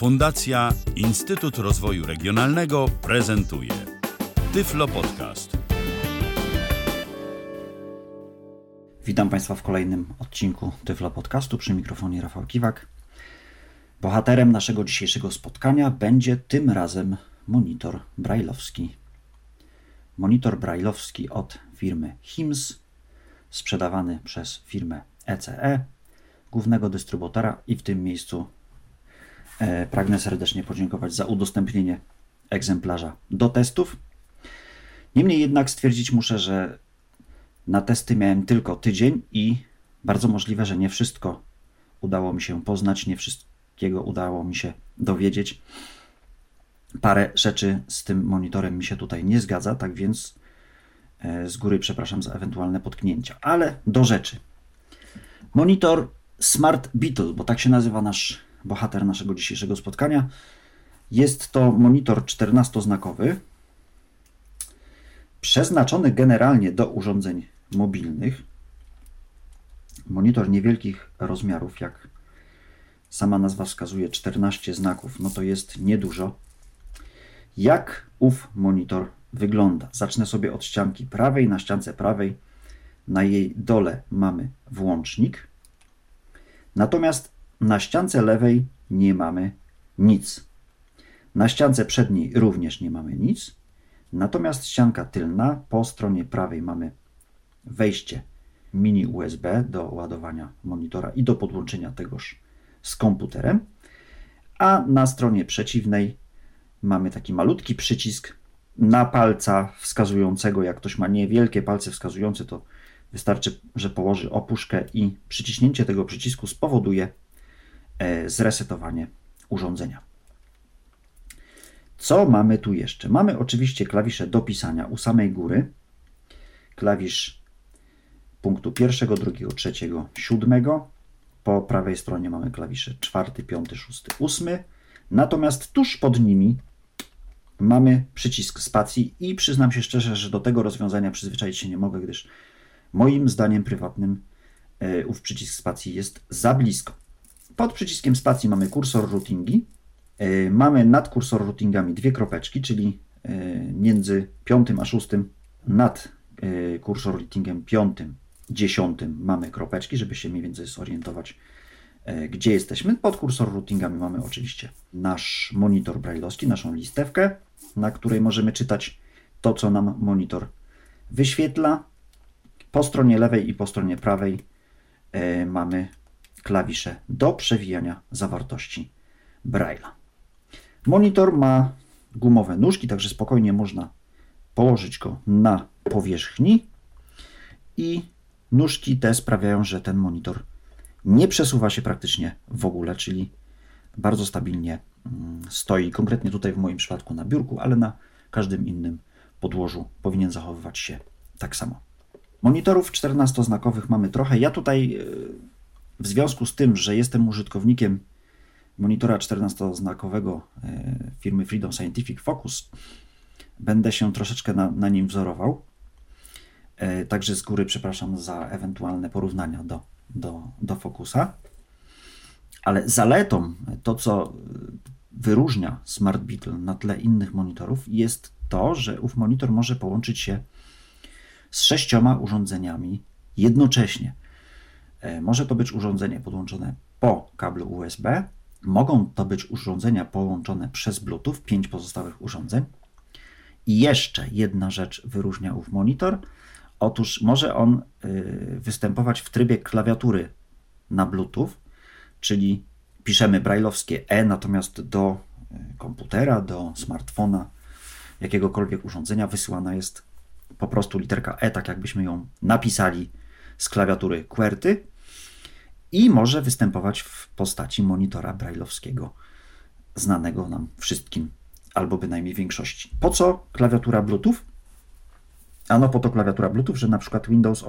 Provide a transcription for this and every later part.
Fundacja Instytut Rozwoju Regionalnego prezentuje Tyflo Podcast. Witam Państwa w kolejnym odcinku Tyflo Podcastu. Przy mikrofonie Rafał Kiwak. Bohaterem naszego dzisiejszego spotkania będzie tym razem monitor brajlowski. Monitor brajlowski od firmy HIMS, sprzedawany przez firmę ECE, głównego dystrybutora, i w tym miejscu pragnę serdecznie podziękować za udostępnienie egzemplarza do testów. Niemniej jednak stwierdzić muszę, że na testy miałem tylko tydzień i bardzo możliwe, że nie wszystko udało mi się poznać, nie wszystkiego udało mi się dowiedzieć. Parę rzeczy z tym monitorem mi się tutaj nie zgadza, tak więc z góry przepraszam za ewentualne potknięcia. Ale do rzeczy. Monitor Smart Beetle, bo tak się nazywa nasz bohater naszego dzisiejszego spotkania. Jest to monitor 14-znakowy, przeznaczony generalnie do urządzeń mobilnych. Monitor niewielkich rozmiarów, jak sama nazwa wskazuje, 14 znaków, no to jest niedużo. Jak ów monitor wygląda? Zacznę sobie od ścianki prawej. Na ściance prawej, na jej dole mamy włącznik. Natomiast na ściance lewej nie mamy nic. Na ściance przedniej również nie mamy nic. Natomiast ścianka tylna, po stronie prawej mamy wejście mini USB do ładowania monitora i do podłączenia tegoż z komputerem. A na stronie przeciwnej mamy taki malutki przycisk na palca wskazującego. Jak ktoś ma niewielkie palce wskazujące, to wystarczy, że położy opuszkę i przyciśnięcie tego przycisku spowoduje zresetowanie urządzenia. Co mamy tu jeszcze? Mamy oczywiście klawisze do pisania u samej góry. Klawisz punktu 1, 2, 3, 7. Po prawej stronie mamy klawisze 4, 5, 6, 8. Natomiast tuż pod nimi mamy przycisk spacji i przyznam się szczerze, że do tego rozwiązania przyzwyczaić się nie mogę, gdyż moim zdaniem prywatnym ów przycisk spacji jest za blisko. Pod przyciskiem spacji mamy kursor routingi. Mamy nad kursor routingami dwie kropeczki, czyli między 5 a 6 nad kursor routingiem 5, 10 mamy kropeczki, żeby się mniej więcej zorientować, gdzie jesteśmy. Pod kursor routingami mamy oczywiście nasz monitor brajlowski, naszą listewkę, na której możemy czytać to, co nam monitor wyświetla. Po stronie lewej i po stronie prawej mamy klawisze do przewijania zawartości Braille'a. Monitor ma gumowe nóżki, także spokojnie można położyć go na powierzchni i nóżki te sprawiają, że ten monitor nie przesuwa się praktycznie w ogóle, czyli bardzo stabilnie stoi. Konkretnie tutaj w moim przypadku na biurku, ale na każdym innym podłożu powinien zachowywać się tak samo. Monitorów 14-znakowych mamy trochę. Ja tutaj w związku z tym, że jestem użytkownikiem monitora 14-znakowego firmy Freedom Scientific Focus, będę się troszeczkę na nim wzorował. Także z góry przepraszam za ewentualne porównania do Focusa. Ale zaletą, to co wyróżnia Smart Beetle na tle innych monitorów, jest to, że ów monitor może połączyć się z 6 urządzeniami jednocześnie. Może to być urządzenie podłączone po kablu USB, mogą to być urządzenia połączone przez Bluetooth, 5 pozostałych urządzeń. I jeszcze jedna rzecz wyróżnia ów monitor. Otóż może on występować w trybie klawiatury na Bluetooth, czyli piszemy brajlowskie E, natomiast do komputera, do smartfona, jakiegokolwiek urządzenia wysyłana jest po prostu literka E, tak jakbyśmy ją napisali z klawiatury QWERTY, i może występować w postaci monitora brajlowskiego, znanego nam wszystkim, albo bynajmniej większości. Po co klawiatura Bluetooth? Ano po to klawiatura Bluetooth, że na przykład Windows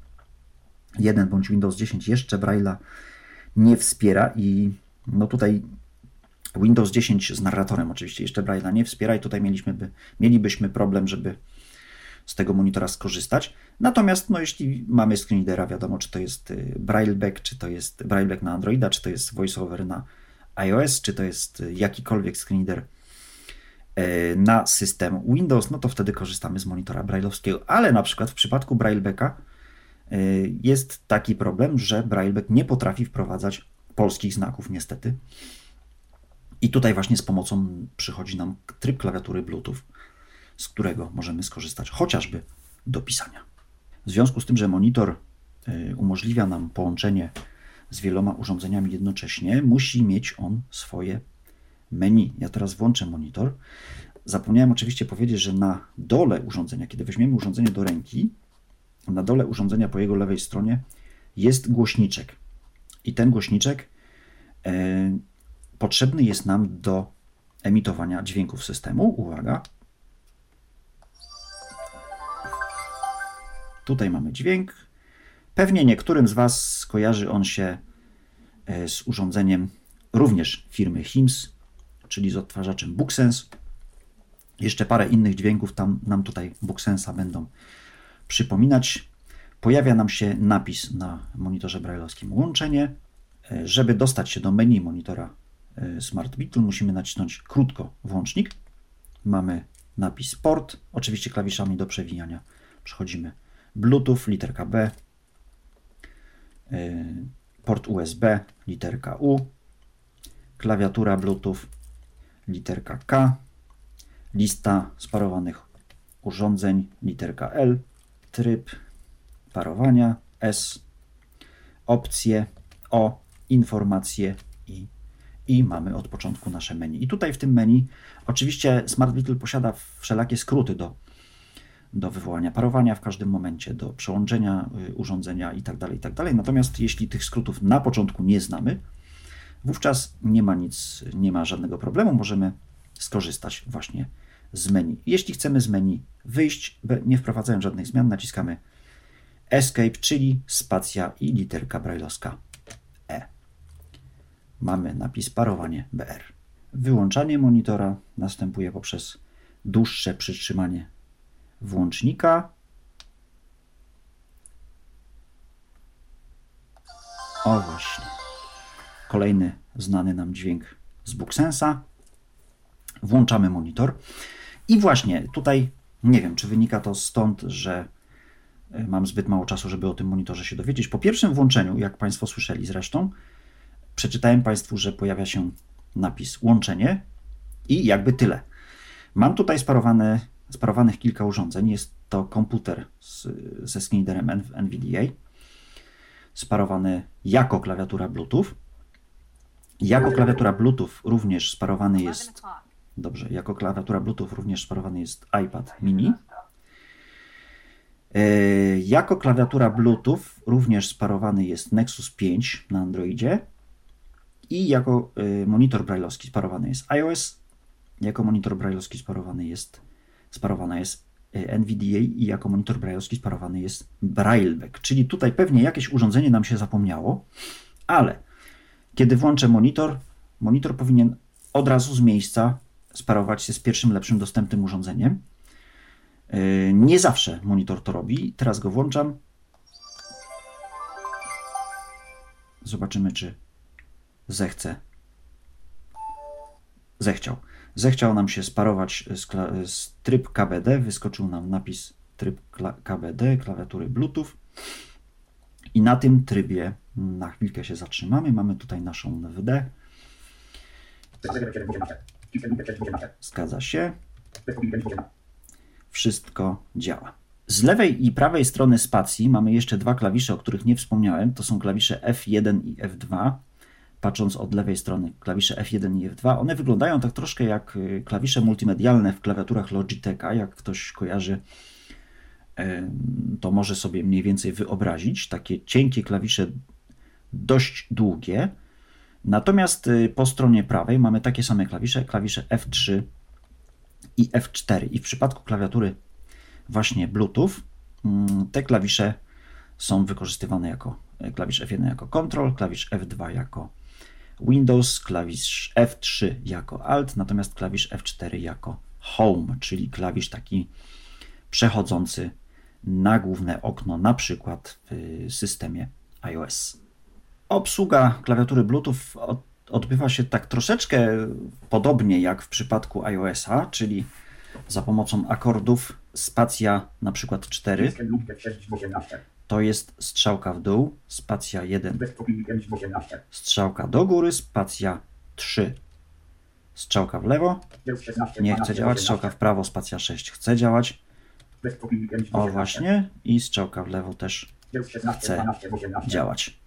8.1 bądź Windows 10 jeszcze Braille'a nie wspiera i no tutaj Windows 10 z narratorem oczywiście jeszcze Braille'a nie wspiera i tutaj mielibyśmy problem, żeby z tego monitora skorzystać. Natomiast no, jeśli mamy screen readera, wiadomo, czy to jest Brailleback, czy to jest Brailleback na Androida, czy to jest VoiceOver na iOS, czy to jest jakikolwiek screen reader na system Windows, no to wtedy korzystamy z monitora braille'owskiego. Ale na przykład w przypadku Braillebacka jest taki problem, że Brailleback nie potrafi wprowadzać polskich znaków niestety. I tutaj właśnie z pomocą przychodzi nam tryb klawiatury Bluetooth, z którego możemy skorzystać chociażby do pisania. W związku z tym, że monitor umożliwia nam połączenie z wieloma urządzeniami jednocześnie, musi mieć on swoje menu. Ja teraz włączę monitor. Zapomniałem oczywiście powiedzieć, że na dole urządzenia, kiedy weźmiemy urządzenie do ręki, na dole urządzenia po jego lewej stronie jest głośniczek. I ten głośniczek potrzebny jest nam do emitowania dźwięków systemu. Uwaga. Tutaj mamy dźwięk. Pewnie niektórym z Was kojarzy on się z urządzeniem również firmy HIMS, czyli z odtwarzaczem BookSense. Jeszcze parę innych dźwięków nam tutaj BookSense'a będą przypominać. Pojawia nam się napis na monitorze braille'owskim łączenie. Żeby dostać się do menu monitora Smart Beetle, musimy nacisnąć krótko włącznik. Mamy napis port, oczywiście klawiszami do przewijania przechodzimy Bluetooth, literka B, port USB, literka U, klawiatura Bluetooth, literka K, lista sparowanych urządzeń, literka L, tryb parowania, S, opcje, O, informacje i mamy od początku nasze menu. I tutaj w tym menu oczywiście Smart Beetle posiada wszelakie skróty do wywołania parowania w każdym momencie, do przełączenia urządzenia itd., itd. Natomiast jeśli tych skrótów na początku nie znamy, wówczas nie ma żadnego problemu, możemy skorzystać właśnie z menu. Jeśli chcemy z menu wyjść, nie wprowadzając żadnych zmian, naciskamy Escape, czyli spacja i literka braille'owska E. Mamy napis parowanie BR. Wyłączanie monitora następuje poprzez dłuższe przytrzymanie włącznika. O właśnie. Kolejny znany nam dźwięk z BookSense'a. Włączamy monitor. I właśnie tutaj, nie wiem, czy wynika to stąd, że mam zbyt mało czasu, żeby o tym monitorze się dowiedzieć. Po pierwszym włączeniu, jak Państwo słyszeli zresztą, przeczytałem Państwu, że pojawia się napis łączenie i jakby tyle. Mam tutaj sparowanych kilka urządzeń. Jest to komputer ze screen readerem NVDA, sparowany jako klawiatura Bluetooth. Jako klawiatura Bluetooth również sparowany jest jako klawiatura Bluetooth również sparowany jest iPad mini. Jako klawiatura Bluetooth również sparowany jest Nexus 5 na Androidzie i jako monitor braille'owski sparowany jest iOS. Jako monitor braille'owski sparowana jest NVDA i jako monitor braille'owski sparowany jest Brailleback. Czyli tutaj pewnie jakieś urządzenie nam się zapomniało, ale kiedy włączę monitor powinien od razu z miejsca sparować się z pierwszym lepszym dostępnym urządzeniem. Nie zawsze monitor to robi. Teraz go włączam. Zobaczymy, czy zechciał nam się sparować z tryb KBD. Wyskoczył nam napis tryb KBD, klawiatury Bluetooth. I na tym trybie na chwilkę się zatrzymamy. Mamy tutaj naszą NVD. Zgadza się. Wszystko działa. Z lewej i prawej strony spacji mamy jeszcze dwa klawisze, o których nie wspomniałem. To są klawisze F1 i F2. Patrząc od lewej strony, klawisze F1 i F2, one wyglądają tak troszkę jak klawisze multimedialne w klawiaturach Logitecha. Jak ktoś kojarzy, to może sobie mniej więcej wyobrazić. Takie cienkie klawisze, dość długie. Natomiast po stronie prawej mamy takie same klawisze F3 i F4. I w przypadku klawiatury właśnie Bluetooth te klawisze są wykorzystywane jako klawisz F1 jako Control, klawisz F2 jako Windows, klawisz F3 jako Alt, natomiast klawisz F4 jako Home, czyli klawisz taki przechodzący na główne okno, na przykład w systemie iOS. Obsługa klawiatury Bluetooth odbywa się tak troszeczkę podobnie jak w przypadku iOS-a, czyli za pomocą akordów spacja na przykład 4 to jest strzałka w dół, spacja 1, strzałka do góry, spacja 3, strzałka w lewo, nie chce działać, strzałka w prawo, spacja 6 chce działać, o właśnie, i strzałka w lewo też chce działać.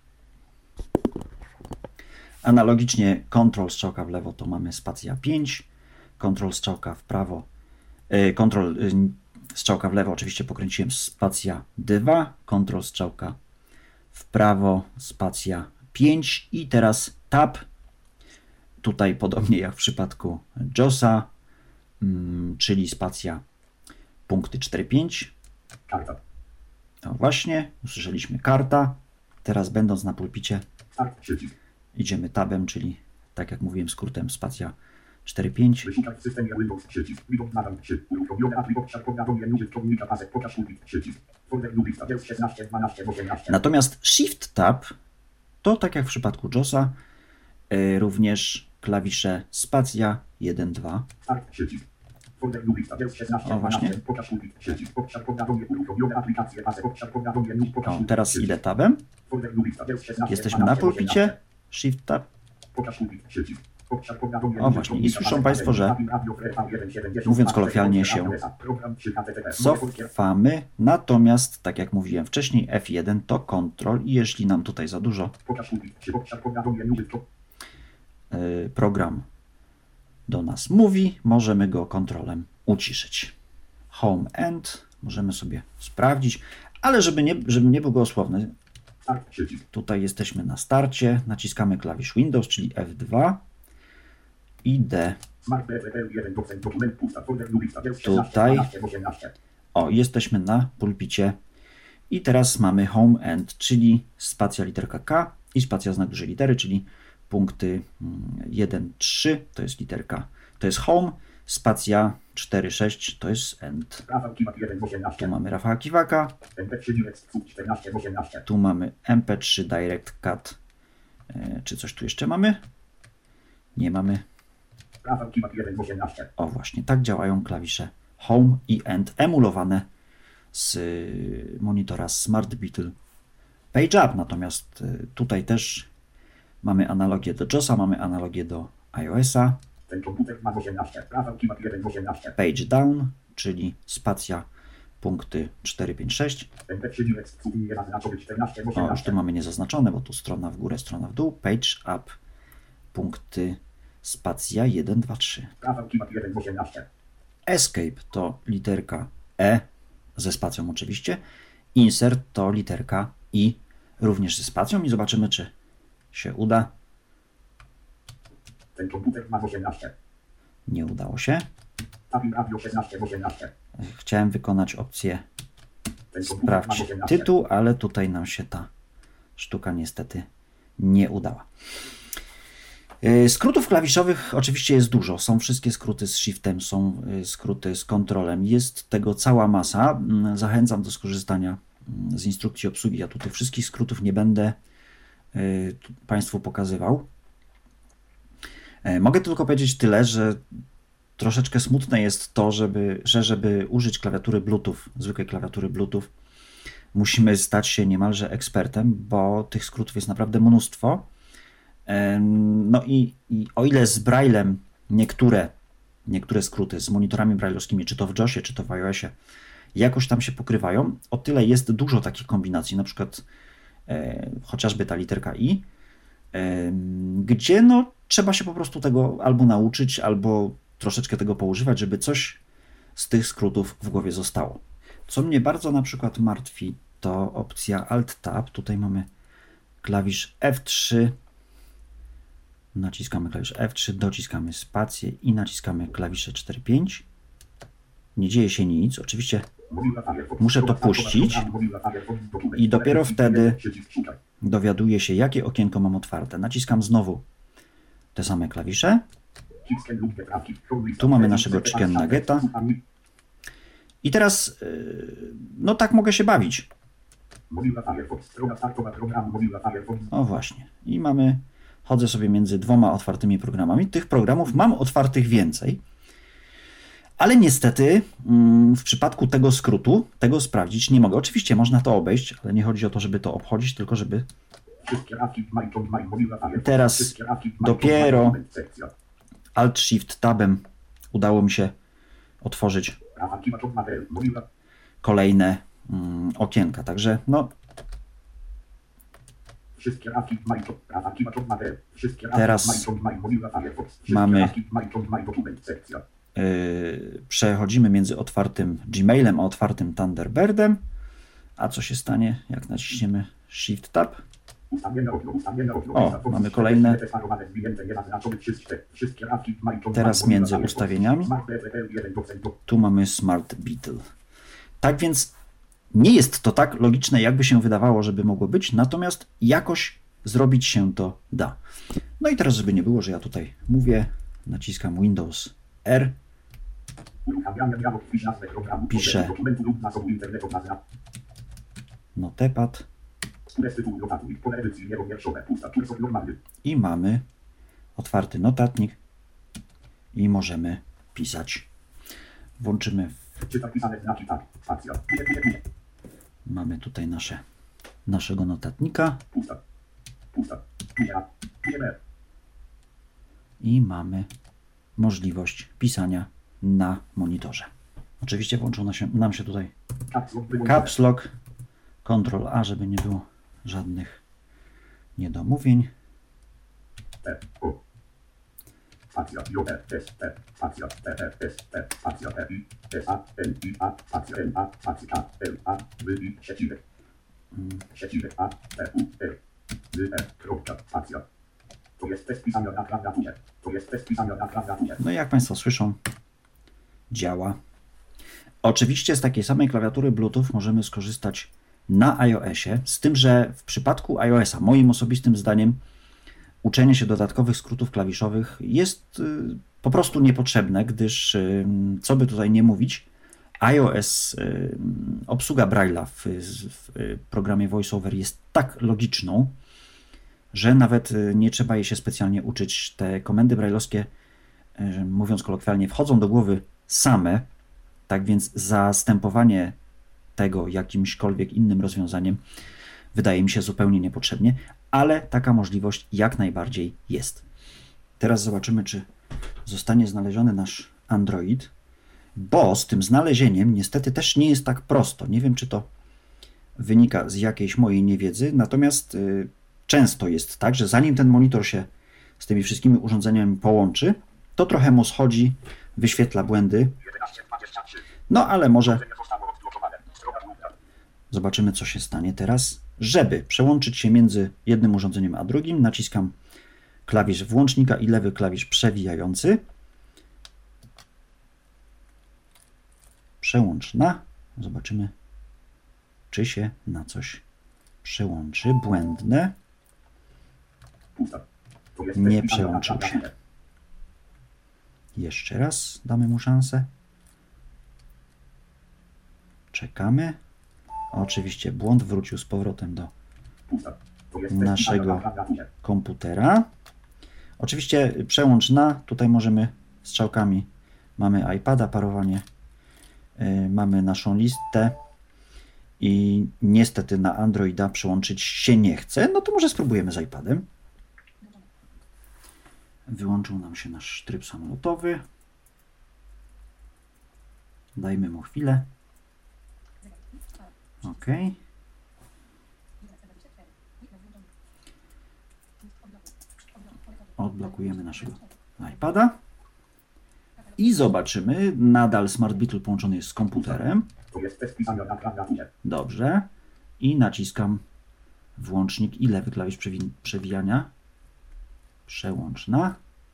Analogicznie Ctrl strzałka w lewo to mamy spacja 5, Ctrl strzałka w prawo, Ctrl strzałka w lewo oczywiście pokręciłem, spacja 2, Ctrl strzałka w prawo, spacja 5 i teraz Tab, tutaj podobnie jak w przypadku JAWSa, czyli spacja punkty 4-5. No właśnie, usłyszeliśmy karta. Teraz będąc na pulpicie idziemy tabem, czyli tak jak mówiłem skrótem spacja 4-5. Natomiast Shift Tab to tak jak w przypadku JAWSa również klawisze spacja 1-2. O właśnie. O, teraz idę tabem. Jesteśmy na pulpicie. Shift Tab. O właśnie, i słyszą Państwo, że mówiąc kolokwialnie się cofamy, natomiast tak jak mówiłem wcześniej, F1 to Ctrl i jeśli nam tutaj za dużo program do nas mówi, możemy go kontrolem uciszyć. Home End możemy sobie sprawdzić, ale żeby nie był gołosłowny, tutaj jesteśmy na starcie, naciskamy klawisz Windows, czyli F2 i D. Tutaj jesteśmy na pulpicie i teraz mamy Home End, czyli spacja literka K i spacja znak dużej litery, czyli punkty 1, 3 to jest literka, to jest Home, spacja 4, 6 to jest End. Tu mamy Rafała Kiwaka, tu mamy MP3 Direct Cut, czy coś tu jeszcze mamy? Nie mamy. O właśnie, tak działają klawisze Home i End emulowane z monitora Smart Beetle Page Up, natomiast tutaj też mamy analogię do JAWSa, mamy analogię do iOS-a. Page Down, czyli spacja punkty 4, 5, 6. O, już tu mamy niezaznaczone, bo tu strona w górę, strona w dół. Page Up, punkty spacja 1, 2, 3. Escape to literka E, ze spacją oczywiście. Insert to literka I, również ze spacją i zobaczymy, czy się uda. Nie udało się. Chciałem wykonać opcję sprawdź tytuł, ale tutaj nam się ta sztuka niestety nie udała. Skrótów klawiszowych oczywiście jest dużo. Są wszystkie skróty z Shiftem, są skróty z Controlem. Jest tego cała masa. Zachęcam do skorzystania z instrukcji obsługi. Ja tutaj wszystkich skrótów nie będę Państwu pokazywał. Mogę tylko powiedzieć tyle, że troszeczkę smutne jest to, żeby użyć klawiatury Bluetooth, zwykłej klawiatury Bluetooth, musimy stać się niemalże ekspertem, bo tych skrótów jest naprawdę mnóstwo. No i o ile z Braillem niektóre skróty z monitorami brailleowskimi, czy to w JAWSie, czy to w iOSie, jakoś tam się pokrywają, o tyle jest dużo takich kombinacji, na przykład chociażby ta literka I, gdzie no, trzeba się po prostu tego albo nauczyć, albo troszeczkę tego poużywać, żeby coś z tych skrótów w głowie zostało. Co mnie bardzo na przykład martwi, to opcja Alt-Tab. Tutaj mamy klawisz F3, naciskamy klawisz F3, dociskamy spację i naciskamy klawisze 4-5. Nie dzieje się nic, oczywiście muszę to puścić i dopiero wtedy dowiaduję się, jakie okienko mam otwarte. Naciskam znowu te same klawisze. Tu mamy naszego chicken nuggeta. I teraz, no tak mogę się bawić. O właśnie. I mamy chodzę sobie między dwoma otwartymi programami. Tych programów mam otwartych więcej, ale niestety w przypadku tego skrótu tego sprawdzić nie mogę. Oczywiście można to obejść, ale nie chodzi o to, żeby to obchodzić, tylko żeby teraz dopiero Alt-Shift-Tabem udało mi się otworzyć kolejne okienka. Także no teraz mamy przechodzimy między otwartym Gmailem a otwartym Thunderbirdem. A co się stanie, jak naciśniemy Shift-Tab? O, mamy kolejne. Teraz między ustawieniami. Tu mamy Smart Beetle. Tak więc nie jest to tak logiczne, jakby się wydawało, żeby mogło być, natomiast jakoś zrobić się to da. No i teraz, żeby nie było, że ja tutaj mówię, naciskam Windows R, piszę Notepad i mamy otwarty notatnik i możemy pisać. Włączymy. Mamy tutaj naszego notatnika i mamy możliwość pisania na monitorze. Oczywiście włączył nam się tutaj Caps Lock, Ctrl A, żeby nie było żadnych niedomówień. No i jak Państwo słyszą, działa. Oczywiście z takiej samej klawiatury Bluetooth możemy skorzystać na iOSie, z tym, że w przypadku iOSa, moim osobistym zdaniem, uczenie się dodatkowych skrótów klawiszowych jest po prostu niepotrzebne, gdyż, co by tutaj nie mówić, iOS, obsługa Braille'a w programie VoiceOver jest tak logiczną, że nawet nie trzeba jej się specjalnie uczyć. Te komendy braille'owskie, mówiąc kolokwialnie, wchodzą do głowy same, tak więc zastępowanie tego jakimśkolwiek innym rozwiązaniem wydaje mi się zupełnie niepotrzebnie, ale taka możliwość jak najbardziej jest. Teraz zobaczymy, czy zostanie znaleziony nasz Android, bo z tym znalezieniem niestety też nie jest tak prosto. Nie wiem, czy to wynika z jakiejś mojej niewiedzy, natomiast często jest tak, że zanim ten monitor się z tymi wszystkimi urządzeniami połączy, to trochę mu schodzi, wyświetla błędy. No ale może zobaczymy, co się stanie teraz. Żeby przełączyć się między jednym urządzeniem a drugim, naciskam klawisz włącznika i lewy klawisz przewijający. Przełącz na. Zobaczymy, czy się na coś przełączy. Błędne. Nie przełączył się. Jeszcze raz damy mu szansę. Czekamy. Oczywiście błąd wrócił z powrotem do naszego komputera. Oczywiście przełącz na. Tutaj możemy strzałkami. Mamy iPada, parowanie. Mamy naszą listę. I niestety na Androida przełączyć się nie chce. No to może spróbujemy z iPadem. Wyłączył nam się nasz tryb samolotowy. Dajmy mu chwilę. OK. Odblokujemy naszego iPada. I zobaczymy. Nadal Smart Beetle połączony jest z komputerem. Dobrze. I naciskam włącznik i lewy klawisz przewijania. Przełącz na.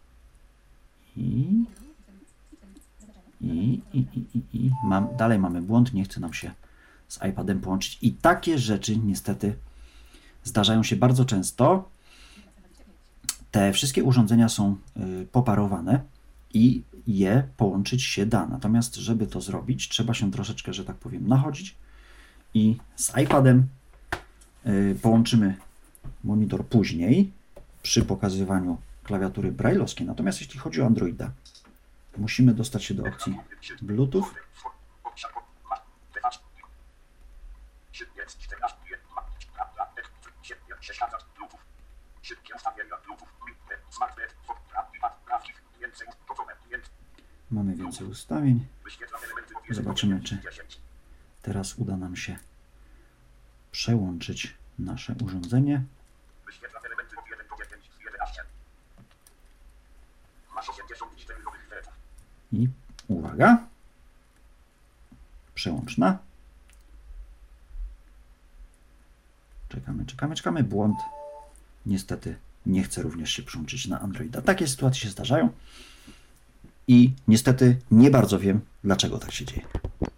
Dalej mamy błąd. Nie chce nam się z iPadem połączyć. I takie rzeczy niestety zdarzają się bardzo często. Te wszystkie urządzenia są poparowane i je połączyć się da. Natomiast żeby to zrobić, trzeba się troszeczkę, że tak powiem, nachodzić i z iPadem połączymy monitor później. przy pokazywaniu klawiatury braille'owskiej. Natomiast jeśli chodzi o Androida, musimy dostać się do opcji Bluetooth. Mamy więcej ustawień. Zobaczymy, czy teraz uda nam się przełączyć nasze urządzenie. I uwaga, przełączna. Czekamy. Błąd. Niestety nie chce również się przyłączyć na Androida. Takie sytuacje się zdarzają i niestety nie bardzo wiem, dlaczego tak się dzieje.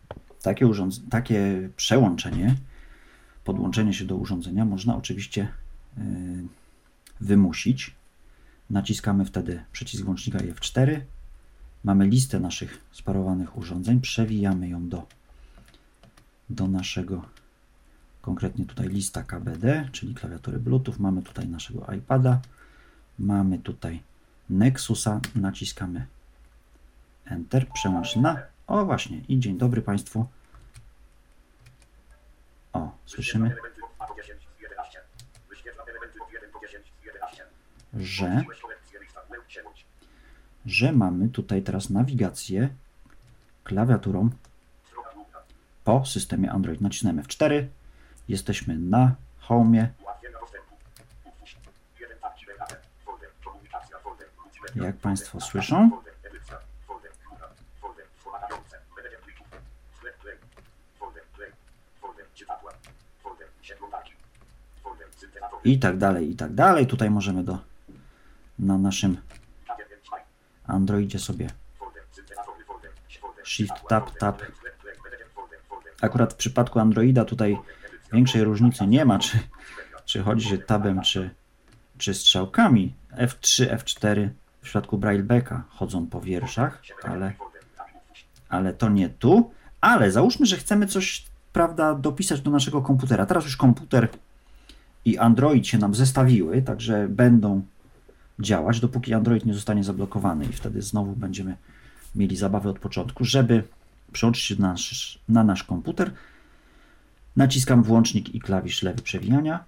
Takie przełączenie, podłączenie się do urządzenia można oczywiście wymusić. Naciskamy wtedy przycisk włącznika i F4. Mamy listę naszych sparowanych urządzeń. Przewijamy ją do naszego, konkretnie tutaj lista KBD, czyli klawiatury Bluetooth. Mamy tutaj naszego iPada. Mamy tutaj Nexusa. Naciskamy Enter. Przełącz na... O właśnie. I dzień dobry Państwu. O, słyszymy, że mamy tutaj teraz nawigację klawiaturą po systemie Android. Nacisnemy F4, jesteśmy na Home. Jak Państwo słyszą, i tak dalej. Tutaj możemy na naszym Androidzie sobie Shift Tab. Akurat w przypadku Androida tutaj większej różnicy nie ma, czy chodzi się tabem, czy strzałkami. F3, F4 w przypadku Braillebacka chodzą po wierszach, ale to nie tu. Ale załóżmy, że chcemy coś, prawda, dopisać do naszego komputera. Teraz już komputer i Android się nam zestawiły, także będą działać, dopóki Android nie zostanie zablokowany i wtedy znowu będziemy mieli zabawę od początku. Żeby przełączyć się na nasz komputer, naciskam włącznik i klawisz lewy przewijania.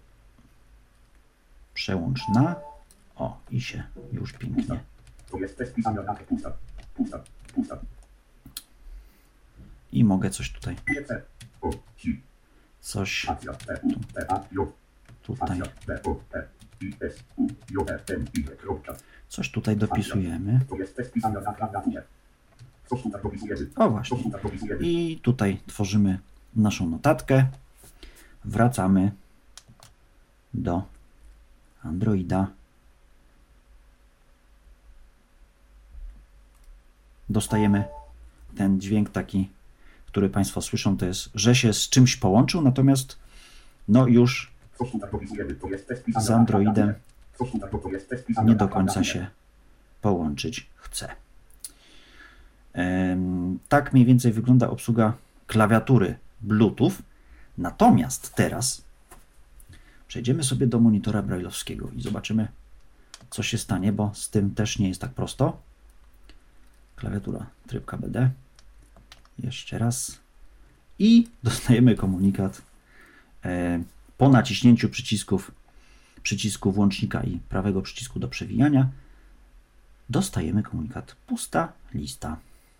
Przełącz na... O, i się już pięknie. I mogę coś tutaj... Coś tutaj dopisujemy. O właśnie. I tutaj tworzymy naszą notatkę. Wracamy do Androida. Dostajemy ten dźwięk taki, który Państwo słyszą, to jest, że się z czymś połączył, natomiast no już z Androidem nie do końca się połączyć chce. Tak mniej więcej wygląda obsługa klawiatury Bluetooth. Natomiast teraz przejdziemy sobie do monitora braille'owskiego i zobaczymy, co się stanie, bo z tym też nie jest tak prosto. Klawiatura tryb KBD. Jeszcze raz. I dostajemy komunikat po naciśnięciu przycisku włącznika i prawego przycisku do przewijania. Dostajemy komunikat pusta lista.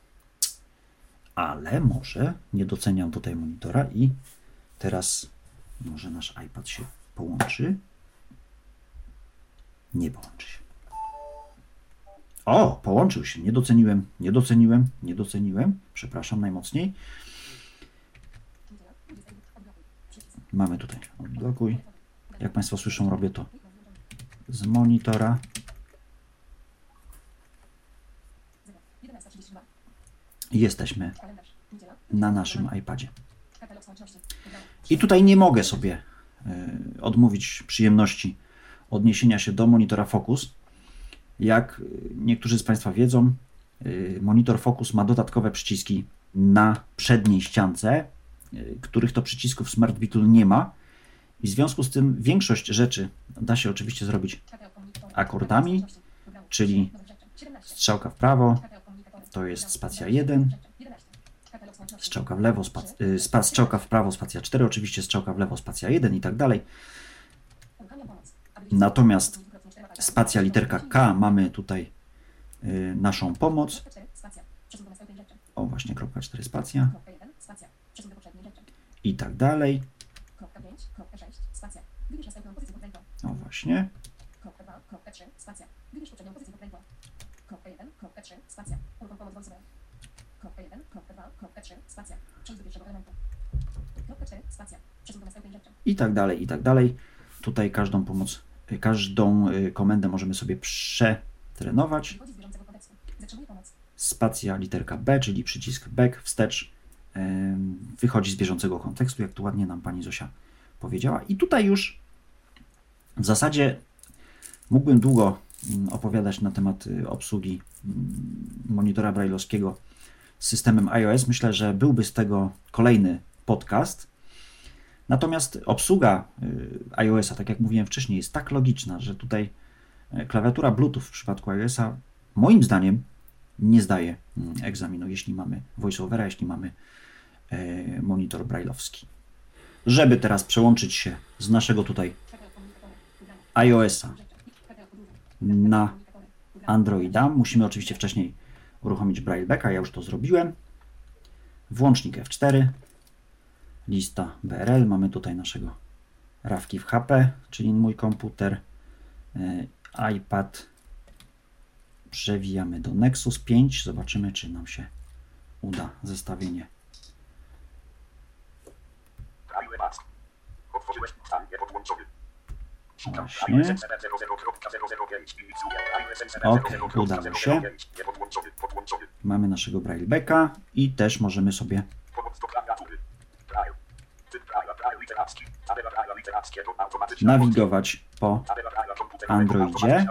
Ale może nie doceniam tutaj monitora i teraz może nasz iPad się połączy. Nie połączy się. O, połączył się. Nie doceniłem. Przepraszam najmocniej. Mamy tutaj odblokuj. Jak Państwo słyszą, robię to z monitora. Jesteśmy na naszym iPadzie. I tutaj nie mogę sobie odmówić przyjemności odniesienia się do monitora Focus. Jak niektórzy z Państwa wiedzą, monitor Focus ma dodatkowe przyciski na przedniej ściance, których to przycisków Smart Beetle nie ma. I w związku z tym większość rzeczy da się oczywiście zrobić akordami, czyli strzałka w prawo to jest spacja 1, strzałka w lewo, strzałka w prawo, spacja 4, oczywiście strzałka w lewo, spacja 1 i tak dalej. Natomiast spacja literka K, mamy tutaj naszą pomoc. O, właśnie, kropka 4 spacja. I tak dalej. O, właśnie. I tak dalej, i tak dalej. Tutaj każdą pomoc, każdą komendę możemy sobie przetrenować. Spacja literka B, czyli przycisk back, wstecz, wychodzi z bieżącego kontekstu, jak tu ładnie nam pani Zosia powiedziała. I tutaj już w zasadzie mógłbym długo opowiadać na temat obsługi monitora braille'owskiego z systemem iOS. Myślę, że byłby z tego kolejny podcast. Natomiast obsługa iOS-a, tak jak mówiłem wcześniej, jest tak logiczna, że tutaj klawiatura Bluetooth w przypadku iOS-a moim zdaniem nie zdaje egzaminu, jeśli mamy voiceovera, jeśli mamy monitor braille'owski. Żeby teraz przełączyć się z naszego tutaj iOS-a na Androida, musimy oczywiście wcześniej uruchomić Braillebacka, ja już to zrobiłem. Włącznik F4, lista BRL, mamy tutaj naszego RAW-ki w HP, czyli mój komputer, iPad, przewijamy do Nexus 5, zobaczymy, czy nam się uda zestawienie. Właśnie. Ok, udało się. Mamy naszego Braillebacka i też możemy sobie nawigować po Androidzie.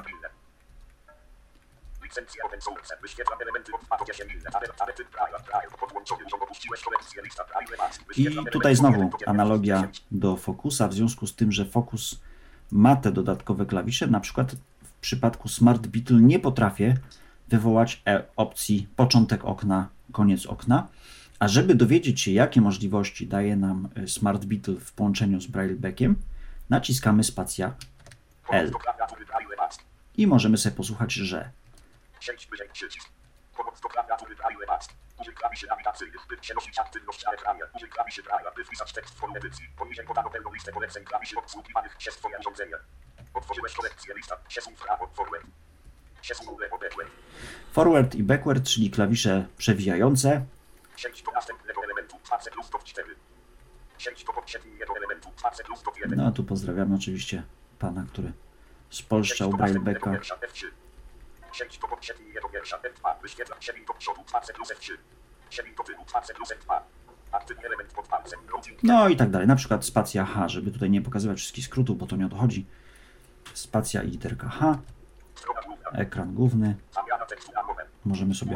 I tutaj znowu analogia do Focusa, w związku z tym, że Focus ma te dodatkowe klawisze, na przykład w przypadku Smart Beetle nie potrafię wywołać opcji początek okna, koniec okna, a żeby dowiedzieć się, jakie możliwości daje nam Smart Beetle w połączeniu z Braillebackiem, naciskamy spacja L i możemy sobie posłuchać, że pomoc do klawiatury Braille-Mask. Użyj klawiszy nawigacyjnych, by przenosić aktywność na ekranie. Użyj klawiszy Braille, by wpisać tekst w formie edycji. Poniżej podano pełną listę poleceń klawiszy obsługiwanych przez Twoje urządzenie. Otworzyłeś kolekcję lista. Przesuń w prawo, forward. Przesuń lewo, backward. Forward i backward, czyli klawisze przewijające. Przejdź do następnego elementu. Facet plus do 4. Przejdź do poprzedniego elementu. Facet plus do 1. No a tu pozdrawiamy oczywiście pana, który spolszczał Braillebacka. Przejdź do poprzedniego wiersza F2, wyświetla przebieg do przodu, face plus F3, przebieg do tyłu, face plus F2, aktywny element pod palcem, no i tak dalej, na przykład spacja H, żeby tutaj nie pokazywać wszystkich skrótów, bo to nie o to chodzi. Spacja i literka H, ekran główny, możemy sobie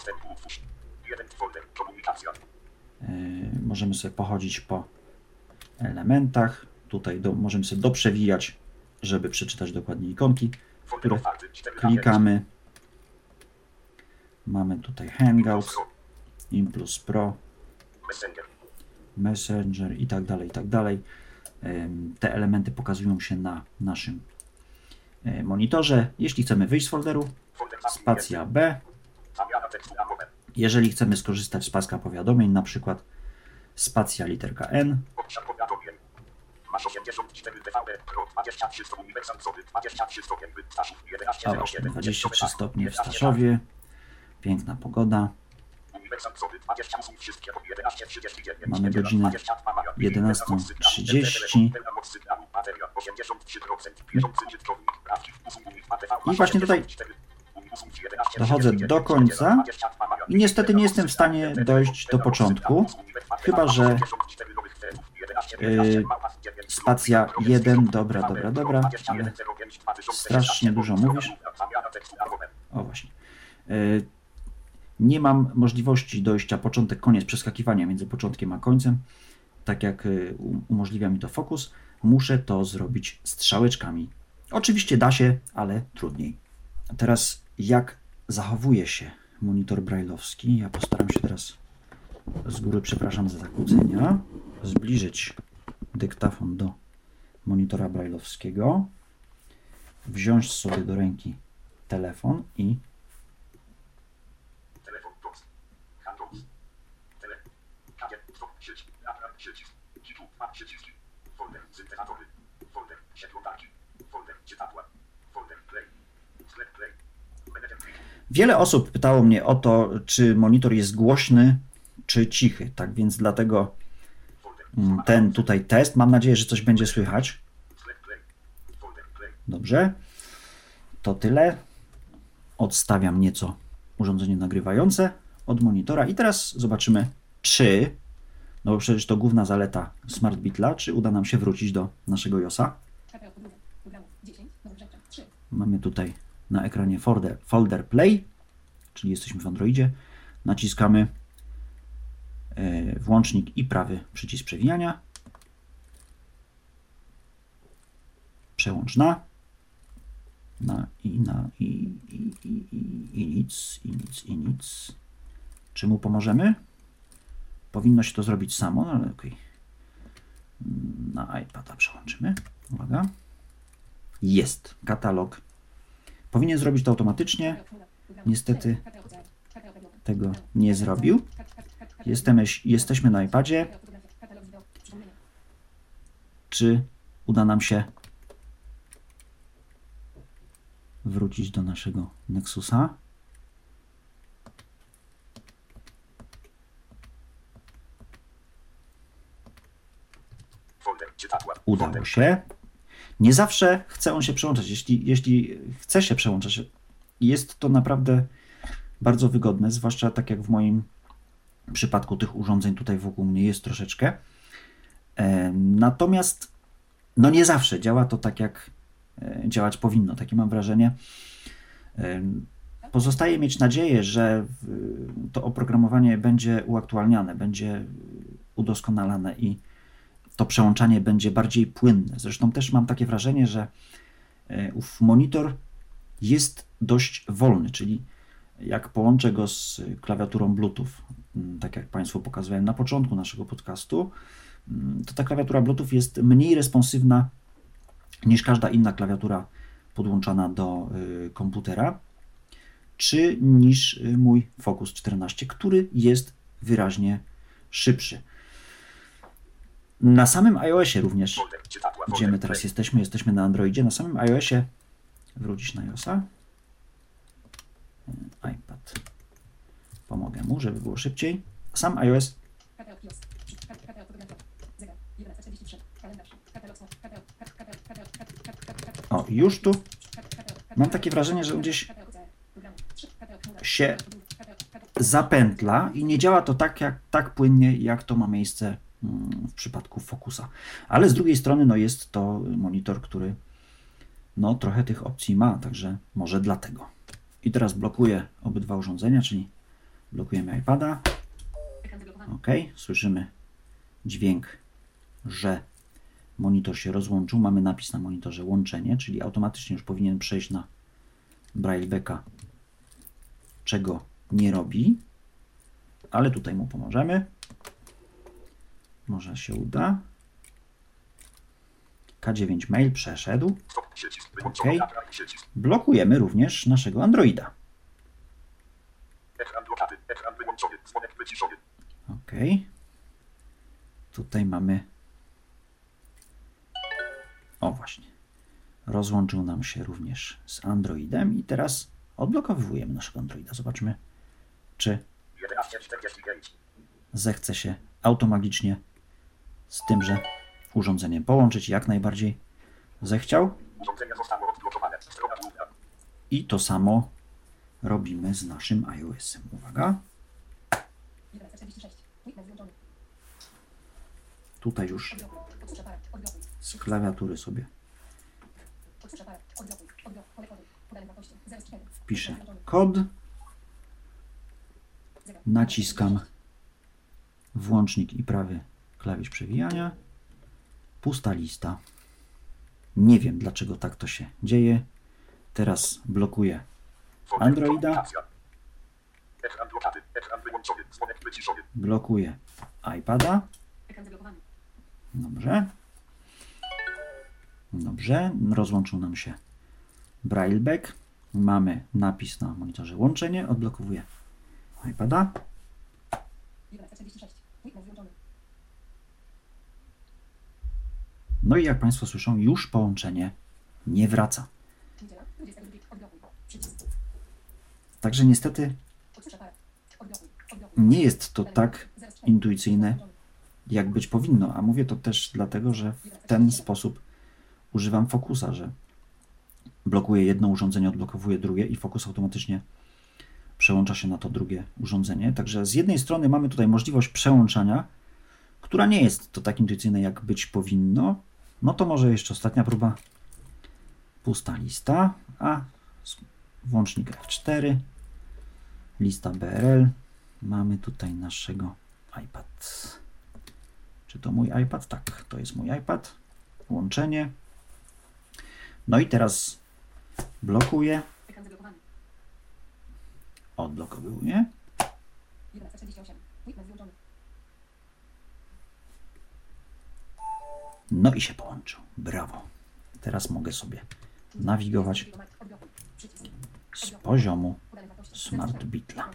możemy sobie pochodzić po elementach, tutaj możemy sobie doprzewijać, żeby przeczytać dokładnie ikonki, które klikamy. Mamy tutaj Hangouts, Implus Pro, Messenger i tak dalej, i tak dalej. Te elementy pokazują się na naszym monitorze. Jeśli chcemy wyjść z folderu, spacja B. Jeżeli chcemy skorzystać z paska powiadomień, na przykład spacja literka N. Masz 84 DVD Pro, 23 stopnie uniwersalcowy, 23 stopnie w Staszów, 11 a właśnie 23 stopnie w Staszowie. Piękna pogoda. Mamy godzinę 11:30. I właśnie tutaj dochodzę do końca i niestety nie jestem w stanie dojść do początku, chyba że spacja 1, dobra, ale strasznie dużo mówisz. O właśnie. Nie mam możliwości dojścia początek, koniec, przeskakiwania między początkiem a końcem, tak jak umożliwia mi to Focus, muszę to zrobić strzałeczkami. Oczywiście da się, ale trudniej. A teraz jak zachowuje się monitor brailleowski? Ja postaram się teraz z góry, przepraszam za zakłócenia, zbliżyć dyktafon do monitora brailleowskiego, wziąć sobie do ręki telefon i wiele osób pytało mnie o to, czy monitor jest głośny, czy cichy. Tak więc dlatego ten tutaj test. Mam nadzieję, że coś będzie słychać. Dobrze. To tyle. Odstawiam nieco urządzenie nagrywające od monitora i teraz zobaczymy, czy, no bo przecież to główna zaleta Smart Beatla, czy uda nam się wrócić do naszego iOS-a. Mamy tutaj na ekranie folder Play, czyli jesteśmy w Androidzie. Naciskamy włącznik i prawy przycisk przewijania. Przełącz na i nic. Czy mu pomożemy? Powinno się to zrobić samo, ale okej. Na iPada przełączymy. Uwaga. Jest katalog. Powinien zrobić to automatycznie. Niestety tego nie zrobił. Jesteśmy na iPadzie. Czy uda nam się wrócić do naszego Nexusa? Udało się. Nie zawsze chce on się przełączać. Jeśli chce się przełączać, jest to naprawdę bardzo wygodne, zwłaszcza tak jak w moim przypadku tych urządzeń tutaj wokół mnie jest troszeczkę. Natomiast no nie zawsze działa to tak, jak działać powinno. Takie mam wrażenie. Pozostaje mieć nadzieję, że to oprogramowanie będzie uaktualniane, będzie udoskonalane i to przełączanie będzie bardziej płynne. Zresztą też mam takie wrażenie, że ów monitor jest dość wolny, czyli jak połączę go z klawiaturą Bluetooth, tak jak Państwu pokazywałem na początku naszego podcastu, to ta klawiatura Bluetooth jest mniej responsywna niż każda inna klawiatura podłączana do komputera, czy niż mój Focus 14, który jest wyraźnie szybszy. Na samym iOSie również, gdzie my teraz jesteśmy na Androidzie, na samym iOSie, wrócić na iOSa, iPad, pomogę mu, żeby było szybciej, sam iOS o, już tu mam takie wrażenie, że gdzieś się zapętla i nie działa to tak płynnie, jak to ma miejsce w przypadku Focusa. Ale z drugiej strony no jest to monitor, który no trochę tych opcji ma, także może dlatego. I teraz blokuję obydwa urządzenia, czyli blokujemy iPada. OK, słyszymy dźwięk, że monitor się rozłączył. Mamy napis na monitorze łączenie, czyli automatycznie już powinien przejść na Braillebacka, czego nie robi, ale tutaj mu pomożemy. Może się uda. K9 Mail przeszedł. OK. Blokujemy również naszego Androida. OK. Tutaj mamy. O właśnie. Rozłączył nam się również z Androidem i teraz odblokowujemy naszego Androida. Zobaczmy, czy zechce się automagicznie z tymże urządzeniem połączyć. Jak najbardziej zechciał. I to samo robimy z naszym iOS-em. Uwaga. Tutaj już z klawiatury sobie wpiszę kod. Naciskam włącznik i prawy klawisz przewijania. Pusta lista. Nie wiem, dlaczego tak to się dzieje. Teraz blokuję Androida. Blokuję iPada. Dobrze. Dobrze. Rozłączył nam się Brailleback. Mamy napis na monitorze łączenie. Odblokowuję iPada. No i jak Państwo słyszą, już połączenie nie wraca. Także niestety nie jest to tak intuicyjne, jak być powinno. A mówię to też dlatego, że w ten sposób używam Focusa, że blokuję jedno urządzenie, odblokowuję drugie i Focus automatycznie przełącza się na to drugie urządzenie. Także z jednej strony mamy tutaj możliwość przełączania, która nie jest to tak intuicyjne, jak być powinno. No to może jeszcze ostatnia próba. Pusta lista, a włącznik F4, lista BRL. Mamy tutaj naszego iPad. Czy to mój iPad? Tak, to jest mój iPad. Łączenie. No i teraz blokuję. Odblokowuję. No i się połączył. Brawo. Teraz mogę sobie nawigować z poziomu Smart Beatla.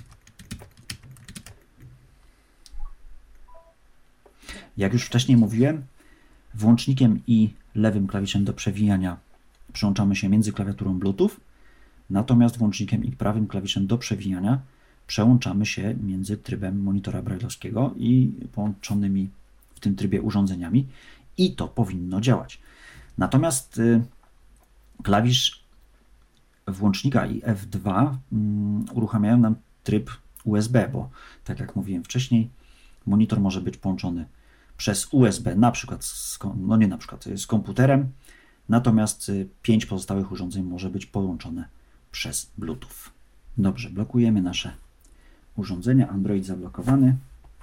Jak już wcześniej mówiłem, włącznikiem i lewym klawiszem do przewijania przełączamy się między klawiaturą Bluetooth, natomiast włącznikiem i prawym klawiszem do przewijania przełączamy się między trybem monitora brailleowskiego i połączonymi w tym trybie urządzeniami i to powinno działać. Natomiast klawisz włącznika i F2 uruchamiają nam tryb USB, bo tak jak mówiłem wcześniej, monitor może być połączony przez USB, na przykład z komputerem, natomiast 5 pozostałych urządzeń może być połączone przez Bluetooth. Dobrze, blokujemy nasze urządzenia, Android zablokowany,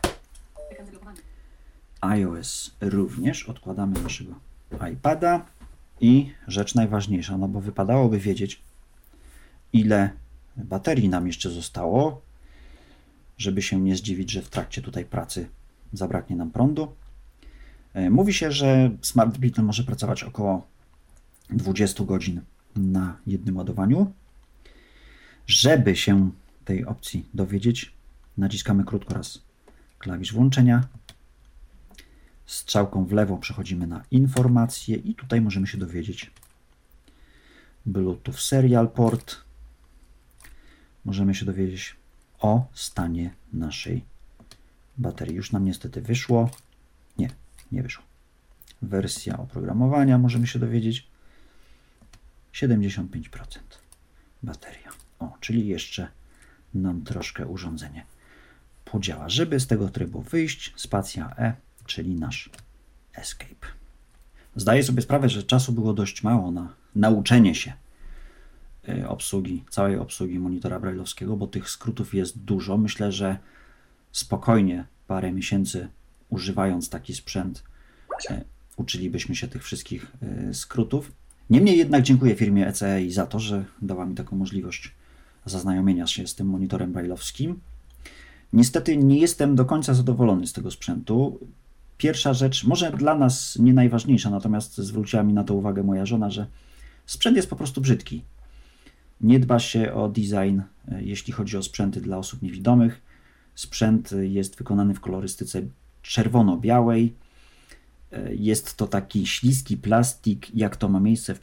iOS również, odkładamy naszego iPada i rzecz najważniejsza, no bo wypadałoby wiedzieć, ile baterii nam jeszcze zostało, żeby się nie zdziwić, że w trakcie tutaj pracy zabraknie nam prądu. Mówi się, że Smart Beatle może pracować około 20 godzin na jednym ładowaniu. Żeby się tej opcji dowiedzieć, naciskamy krótko raz klawisz włączenia. Strzałką w lewo przechodzimy na informacje i tutaj możemy się dowiedzieć Bluetooth Serial Port. Możemy się dowiedzieć o stanie naszej baterii. Już nam niestety wyszło. Nie wyszło. Wersja oprogramowania możemy się dowiedzieć. 75% bateria. Czyli jeszcze nam troszkę urządzenie podziała. Żeby z tego trybu wyjść, spacja E, czyli nasz Escape. Zdaję sobie sprawę, że czasu było dość mało na nauczenie się całej obsługi monitora brailleowskiego, bo tych skrótów jest dużo. Myślę, że spokojnie parę miesięcy używając taki sprzęt uczylibyśmy się tych wszystkich skrótów. Niemniej jednak dziękuję firmie ECEI za to, że dała mi taką możliwość zaznajomienia się z tym monitorem brailleowskim. Niestety nie jestem do końca zadowolony z tego sprzętu. Pierwsza rzecz, może dla nas nie najważniejsza, natomiast zwróciła mi na to uwagę moja żona, że sprzęt jest po prostu brzydki. Nie dba się o design, jeśli chodzi o sprzęty dla osób niewidomych. Sprzęt jest wykonany w kolorystyce czerwono-białej. Jest to taki śliski plastik, jak to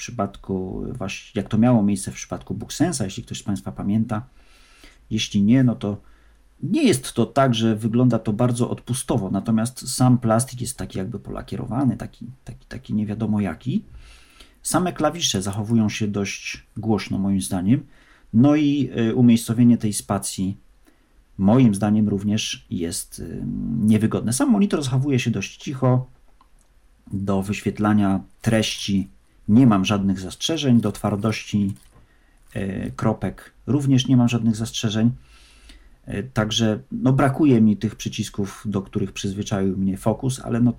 miało miejsce w przypadku BookSense'a, jeśli ktoś z Państwa pamięta. Jeśli nie, no to nie jest to tak, że wygląda to bardzo odpustowo, natomiast sam plastik jest taki jakby polakierowany, taki nie wiadomo jaki. Same klawisze zachowują się dość głośno moim zdaniem, no i umiejscowienie tej spacji moim zdaniem również jest niewygodne. Sam monitor zachowuje się dość cicho, do wyświetlania treści nie mam żadnych zastrzeżeń, do twardości kropek również nie mam żadnych zastrzeżeń. Także brakuje mi tych przycisków, do których przyzwyczaił mnie Focus, ale no to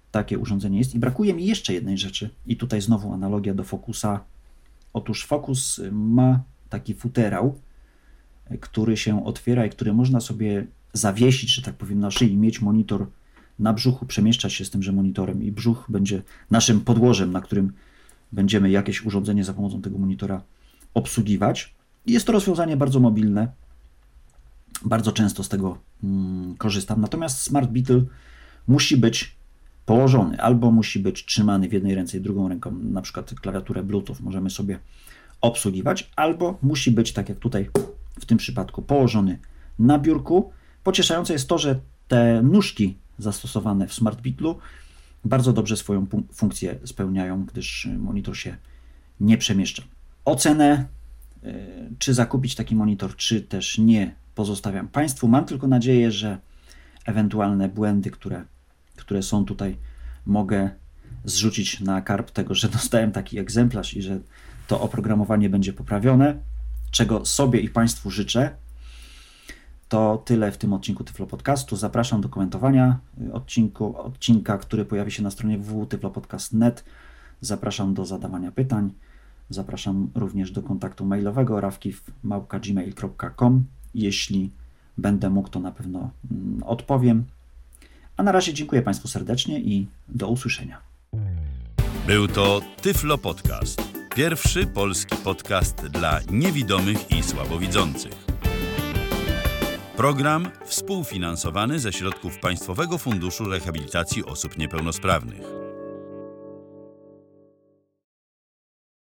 takie urządzenie jest. I brakuje mi jeszcze jednej rzeczy. I tutaj znowu analogia do Focusa. Otóż Focus ma taki futerał, który się otwiera i który można sobie zawiesić, że tak powiem, na szyi, mieć monitor na brzuchu, przemieszczać się z tymże monitorem i brzuch będzie naszym podłożem, na którym będziemy jakieś urządzenie za pomocą tego monitora obsługiwać. I jest to rozwiązanie bardzo mobilne. Bardzo często z tego korzystam. Natomiast Smart Beetle musi być położony albo musi być trzymany w jednej ręce i drugą ręką, na przykład klawiaturę Bluetooth możemy sobie obsługiwać, albo musi być, tak jak tutaj w tym przypadku, położony na biurku. Pocieszające jest to, że te nóżki zastosowane w Smart Beetlu bardzo dobrze swoją funkcję spełniają, gdyż monitor się nie przemieszcza. Ocenę, czy zakupić taki monitor, czy też nie, pozostawiam Państwu. Mam tylko nadzieję, że ewentualne błędy, które są tutaj, mogę zrzucić na karb tego, że dostałem taki egzemplarz i że to oprogramowanie będzie poprawione, czego sobie i Państwu życzę. To tyle w tym odcinku Tyflo Podcastu. Zapraszam do komentowania odcinka, który pojawi się na stronie www.tyflopodcast.net. Zapraszam do zadawania pytań. Zapraszam również do kontaktu mailowego rawkiw@gmail.com. Jeśli będę mógł, to na pewno odpowiem. A na razie dziękuję Państwu serdecznie i do usłyszenia. Był to Tyflo Podcast. Pierwszy polski podcast dla niewidomych i słabowidzących. Program współfinansowany ze środków Państwowego Funduszu Rehabilitacji Osób Niepełnosprawnych.